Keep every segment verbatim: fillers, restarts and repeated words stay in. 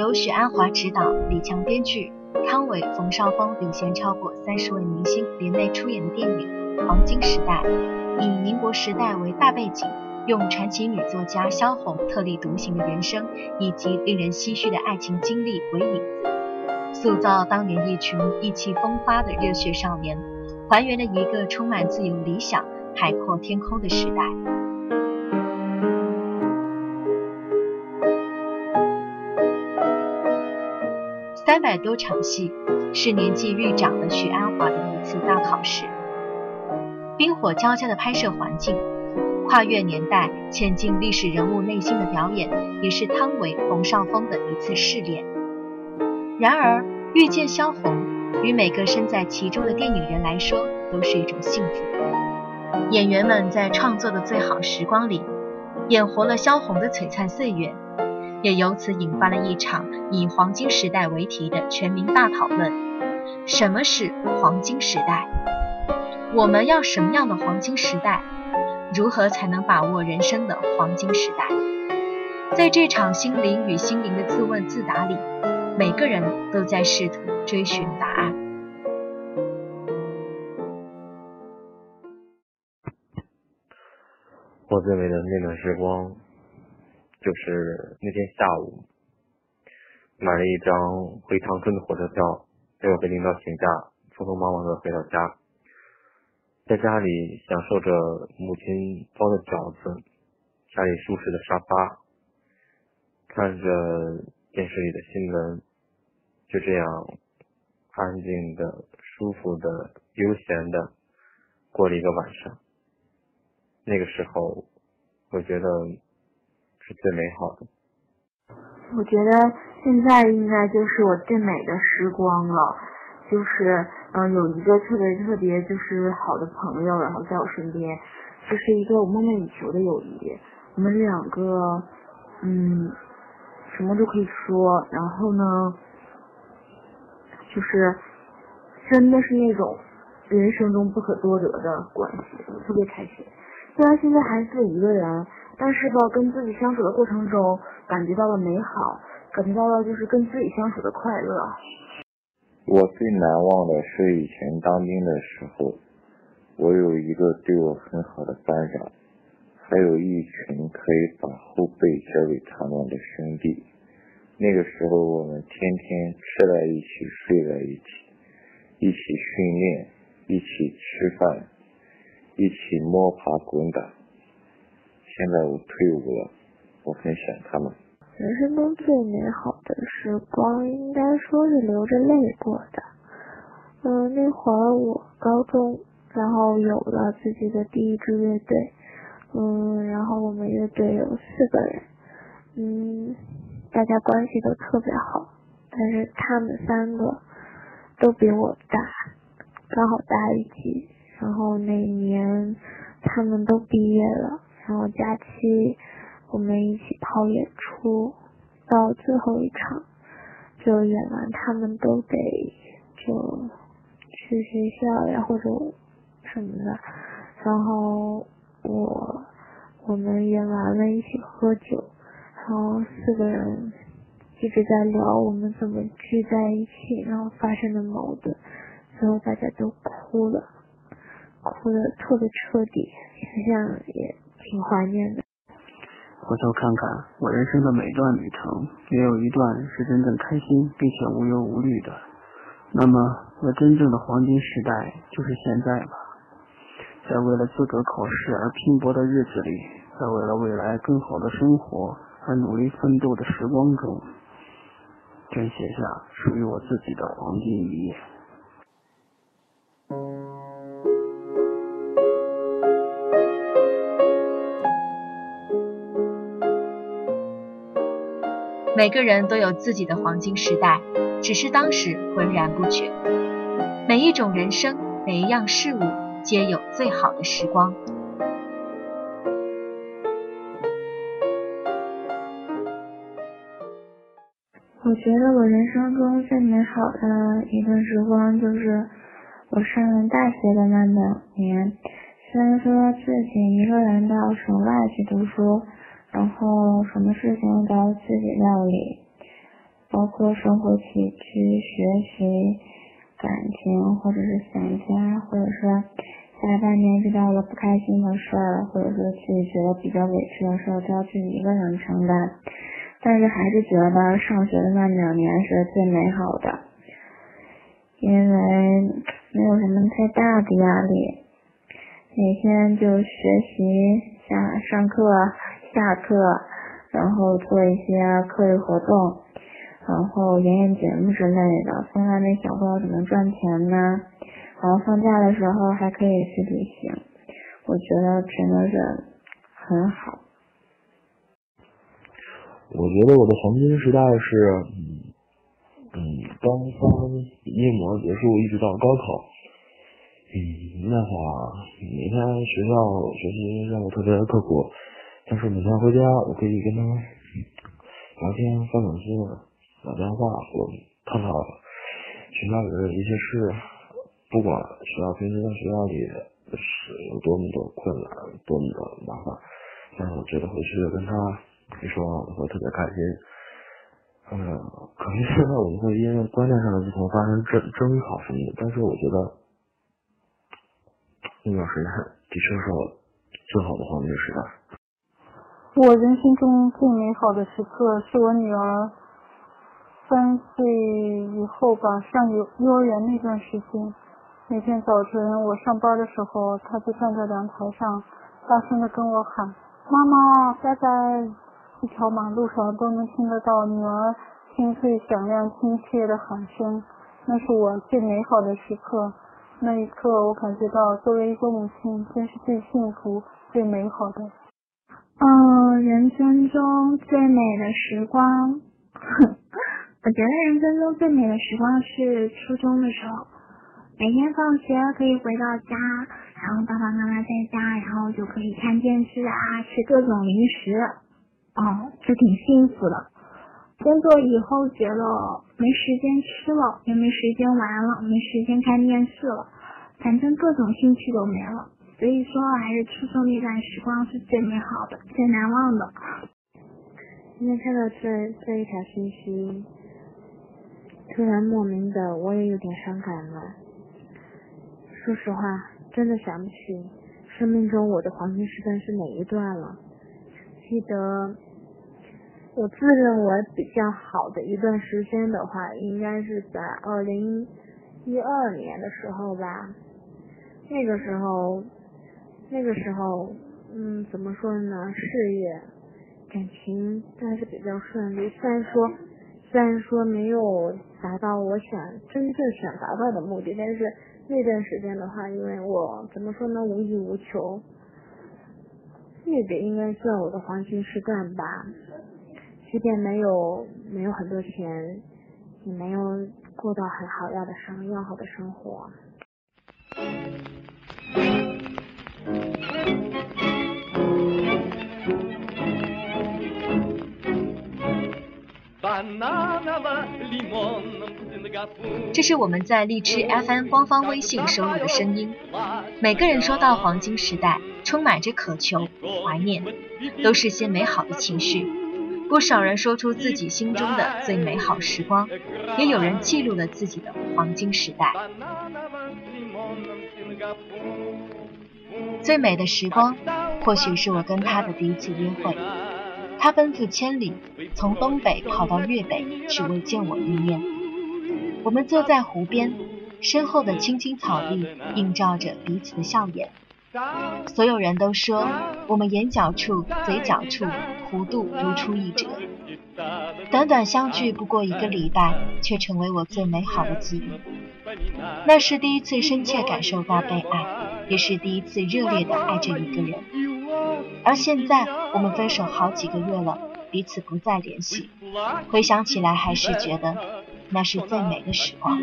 由许鞍华执导，李强编剧，汤唯、冯绍峰领衔超过三十位明星联袂出演的电影《黄金时代》，以民国时代为大背景，用传奇女作家萧红特立独行的人生以及令人唏嘘的爱情经历为引子，塑造当年一群意气风发的热血少年，还原了一个充满自由理想、海阔天空的时代。三百多场戏，是年纪愈长的许鞍华的一次大考试。冰火交加的拍摄环境，跨越年代、潜进历史人物内心的表演，也是汤唯、冯绍峰的一次试炼。然而，遇见萧红，与每个身在其中的电影人来说，都是一种幸福。演员们在创作的最好时光里，演活了萧红的璀璨岁月，也由此引发了一场以黄金时代为题的全民大讨论。什么是黄金时代？我们要什么样的黄金时代？如何才能把握人生的黄金时代？在这场心灵与心灵的自问自答里，每个人都在试图追寻答案。 我最美的那段时光，就是那天下午，买了一张回长春的火车票，陪我跟领导请假，匆匆忙忙的回到家，在家里享受着母亲包的饺子，家里舒适的沙发，看着电视里的新闻，就这样安静的、舒服的、悠闲的过了一个晚上。那个时候，我觉得是最美好的。 我觉得现在应该就是我最美的时光了，就是嗯，有一个特别特别就是好的朋友，然后在我身边，这是一个我梦寐以求的友谊。我们两个嗯什么都可以说，然后呢就是真的是那种人生中不可多得的关系，我特别开心。虽然现在还是一个人，但是吧，跟自己相处的过程中感觉到了美好，感觉到了就是跟自己相处的快乐。 我最难忘的是以前当兵的时候，我有一个对我很好的班长，还有一群可以把后背交给他们的兄弟。那个时候我们天天吃在一起，睡在一起，一起训练，一起吃饭，一起摸爬滚打。现在我退伍了，我很想他们。 人生中最美好的时光，应该说是流着泪过的。嗯、呃，那会儿我高中，然后有了自己的第一支乐队，嗯，然后我们乐队有四个人，嗯，大家关系都特别好，但是他们三个都比我大，刚好大一级。然后那一年他们都毕业了，然后假期我们一起跑演出，到最后一场就演完，他们都得就去学校呀或者什么的，然后我我们演完了一起喝酒，然后四个人一直在聊我们怎么聚在一起，然后发生的矛盾，最后大家都哭了，哭得特别彻底，想想也挺怀念的。 回头看看我人生的每段旅程，也有一段是真正开心并且无忧无虑的。那么我真正的黄金时代就是现在吧，在为了资格考试而拼搏的日子里，在为了未来更好的生活而努力奋斗的时光中，正写下属于我自己的黄金一页。 每个人都有自己的黄金时代，只是当时浑然不觉。每一种人生，每一样事物，皆有最好的时光。 我觉得我人生中最美好的一段时光，就是我上大学的那两年。虽然说自己一个人到省外去读书，然后什么事情都要自己料理， 包括生活起居、学习、感情，或者是想家，或者说下半年遇到了不开心的事儿，或者说自己觉得比较委屈的事儿，都要自己一个人承担。但是还是觉得上学的那两年是最美好的，因为没有什么太大的压力，每天就学习、下上课、下课，然后做一些课余活动，然后演演节目之类的，从来没想过怎么赚钱呢。然后放假的时候还可以去旅行，我觉得真的是很好。 我觉得我的黄金时代是，嗯嗯，刚刚夜模结束，一直到高考，嗯，那会儿每天学校学习任务特别刻苦，但是每天回家我可以跟他聊天、发短信、打电话，我探讨学校里的一些事，不管学校平时在学校里是有多么的困难、多么的麻烦，但是我觉得回去跟他一说，我会特别开心。嗯，可能现在我们会因为观念上的不同发生争争吵什么的，但是我觉得那段时间的确是我最好的黄金时代。 我人生中最美好的时刻是我女儿三岁以后吧，上幼幼儿园那段时间。每天早晨我上班的时候，她就站在阳台上，大声的跟我喊：“妈妈，拜拜！”一条马路上都能听得到女儿清脆响亮亲切的喊声，那是我最美好的时刻。那一刻我感觉到作为一个母亲真是最幸福最美好的。 嗯，人生中最美的时光我觉得人生中最美的时光是初中的时候，每天放学可以回到家，然后爸爸妈妈在家，然后就可以看电视啊，吃各种零食，哦，就挺幸福的。工作以后觉得没时间吃了，也没时间玩了，没时间看电视了，反正各种兴趣都没了。所以说还是初中那段时光是最美好的，最难忘的。今天看到这这一条信息，突然莫名的我也有点伤感了。说实话，真的想不起生命中我的黄金时段是哪一段了。记得我自认为比较好的一段时间的话，应该是在二零一二年的时候吧。那个时候，那个时候，嗯，怎么说呢？事业、感情还是比较顺利。虽然说，虽然说没有达到我想真正想达到的目的，但是那段时间的话，因为我怎么说呢，无欲无求，那个应该算我的黄金时段吧。即便没有没有很多钱，也没有过到很好要的生要好的生活。 这是我们在荔枝 F M 官方微信收录的声音。每个人说到黄金时代，充满着渴求、怀念，都是些美好的情绪。不少人说出自己心中的最美好时光，也有人记录了自己的黄金时代。最美的时光，或许是我跟他的第一次约会。他奔赴千里，从东北跑到粤北，只为见我一面。我们坐在湖边，身后的青青草地映照着彼此的笑颜。所有人都说，我们眼角处、嘴角处弧度如出一辙。短短相聚不过一个礼拜，却成为我最美好的记忆。那是第一次深切感受到被爱，也是第一次热烈地爱着一个人。而现在我们分手好几个月了，彼此不再联系，回想起来还是觉得那是最美的时光。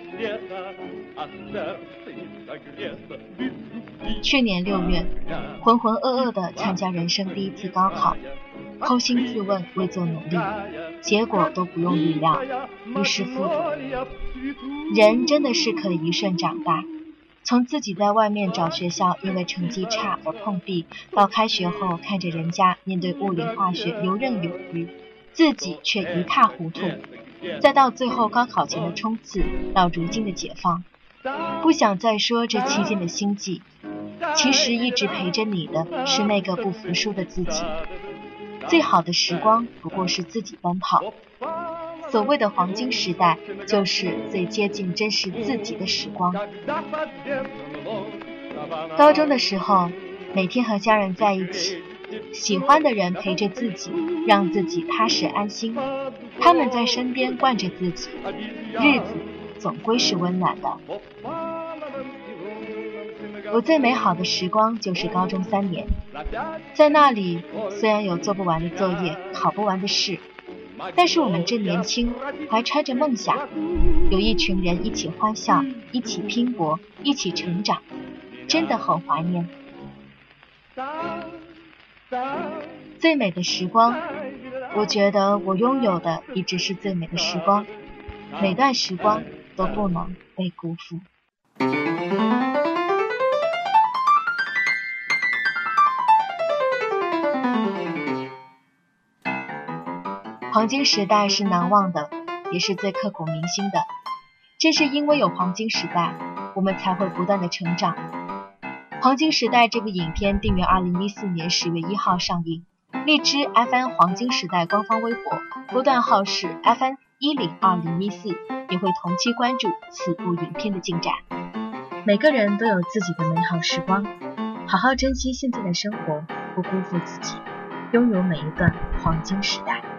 去年六月，浑浑噩噩地参加人生第一次高考，扪心自问，未做努力，结果都不用预料，于是负责。人真的是可以一瞬长大，从自己在外面找学校因为成绩差而碰壁，到开学后看着人家面对物理化学游刃有余，自己却一塌糊涂， 再到最后高考前的冲刺，到如今的解放，不想再说这期间的心悸。其实一直陪着你的是那个不服输的自己。最好的时光不过是自己奔跑。所谓的黄金时代，就是最接近真实自己的时光。高中的时候，每天和家人在一起，喜欢的人陪着自己，让自己踏实安心。他们在身边惯着自己，日子总归是温暖的。我最美好的时光就是高中三年，在那里虽然有做不完的作业，考不完的试，但是我们正年轻，怀揣着梦想，有一群人一起欢笑，一起拼搏，一起成长，真的很怀念。最美的时光，我觉得我拥有的一直是最美的时光，每段时光都不能被辜负。黄金时代是难忘的，也是最刻骨铭心的。正是因为有黄金时代，我们才会不断的成长。黄金时代这部影片定于二零一四年十月一号上映，荔枝 F M 黄金时代官方微博波段号是 F M 一零二零一四，也会同期关注此部影片的进展。每个人都有自己的美好时光，好好珍惜现在的生活，不辜负自己，拥有每一段黄金时代。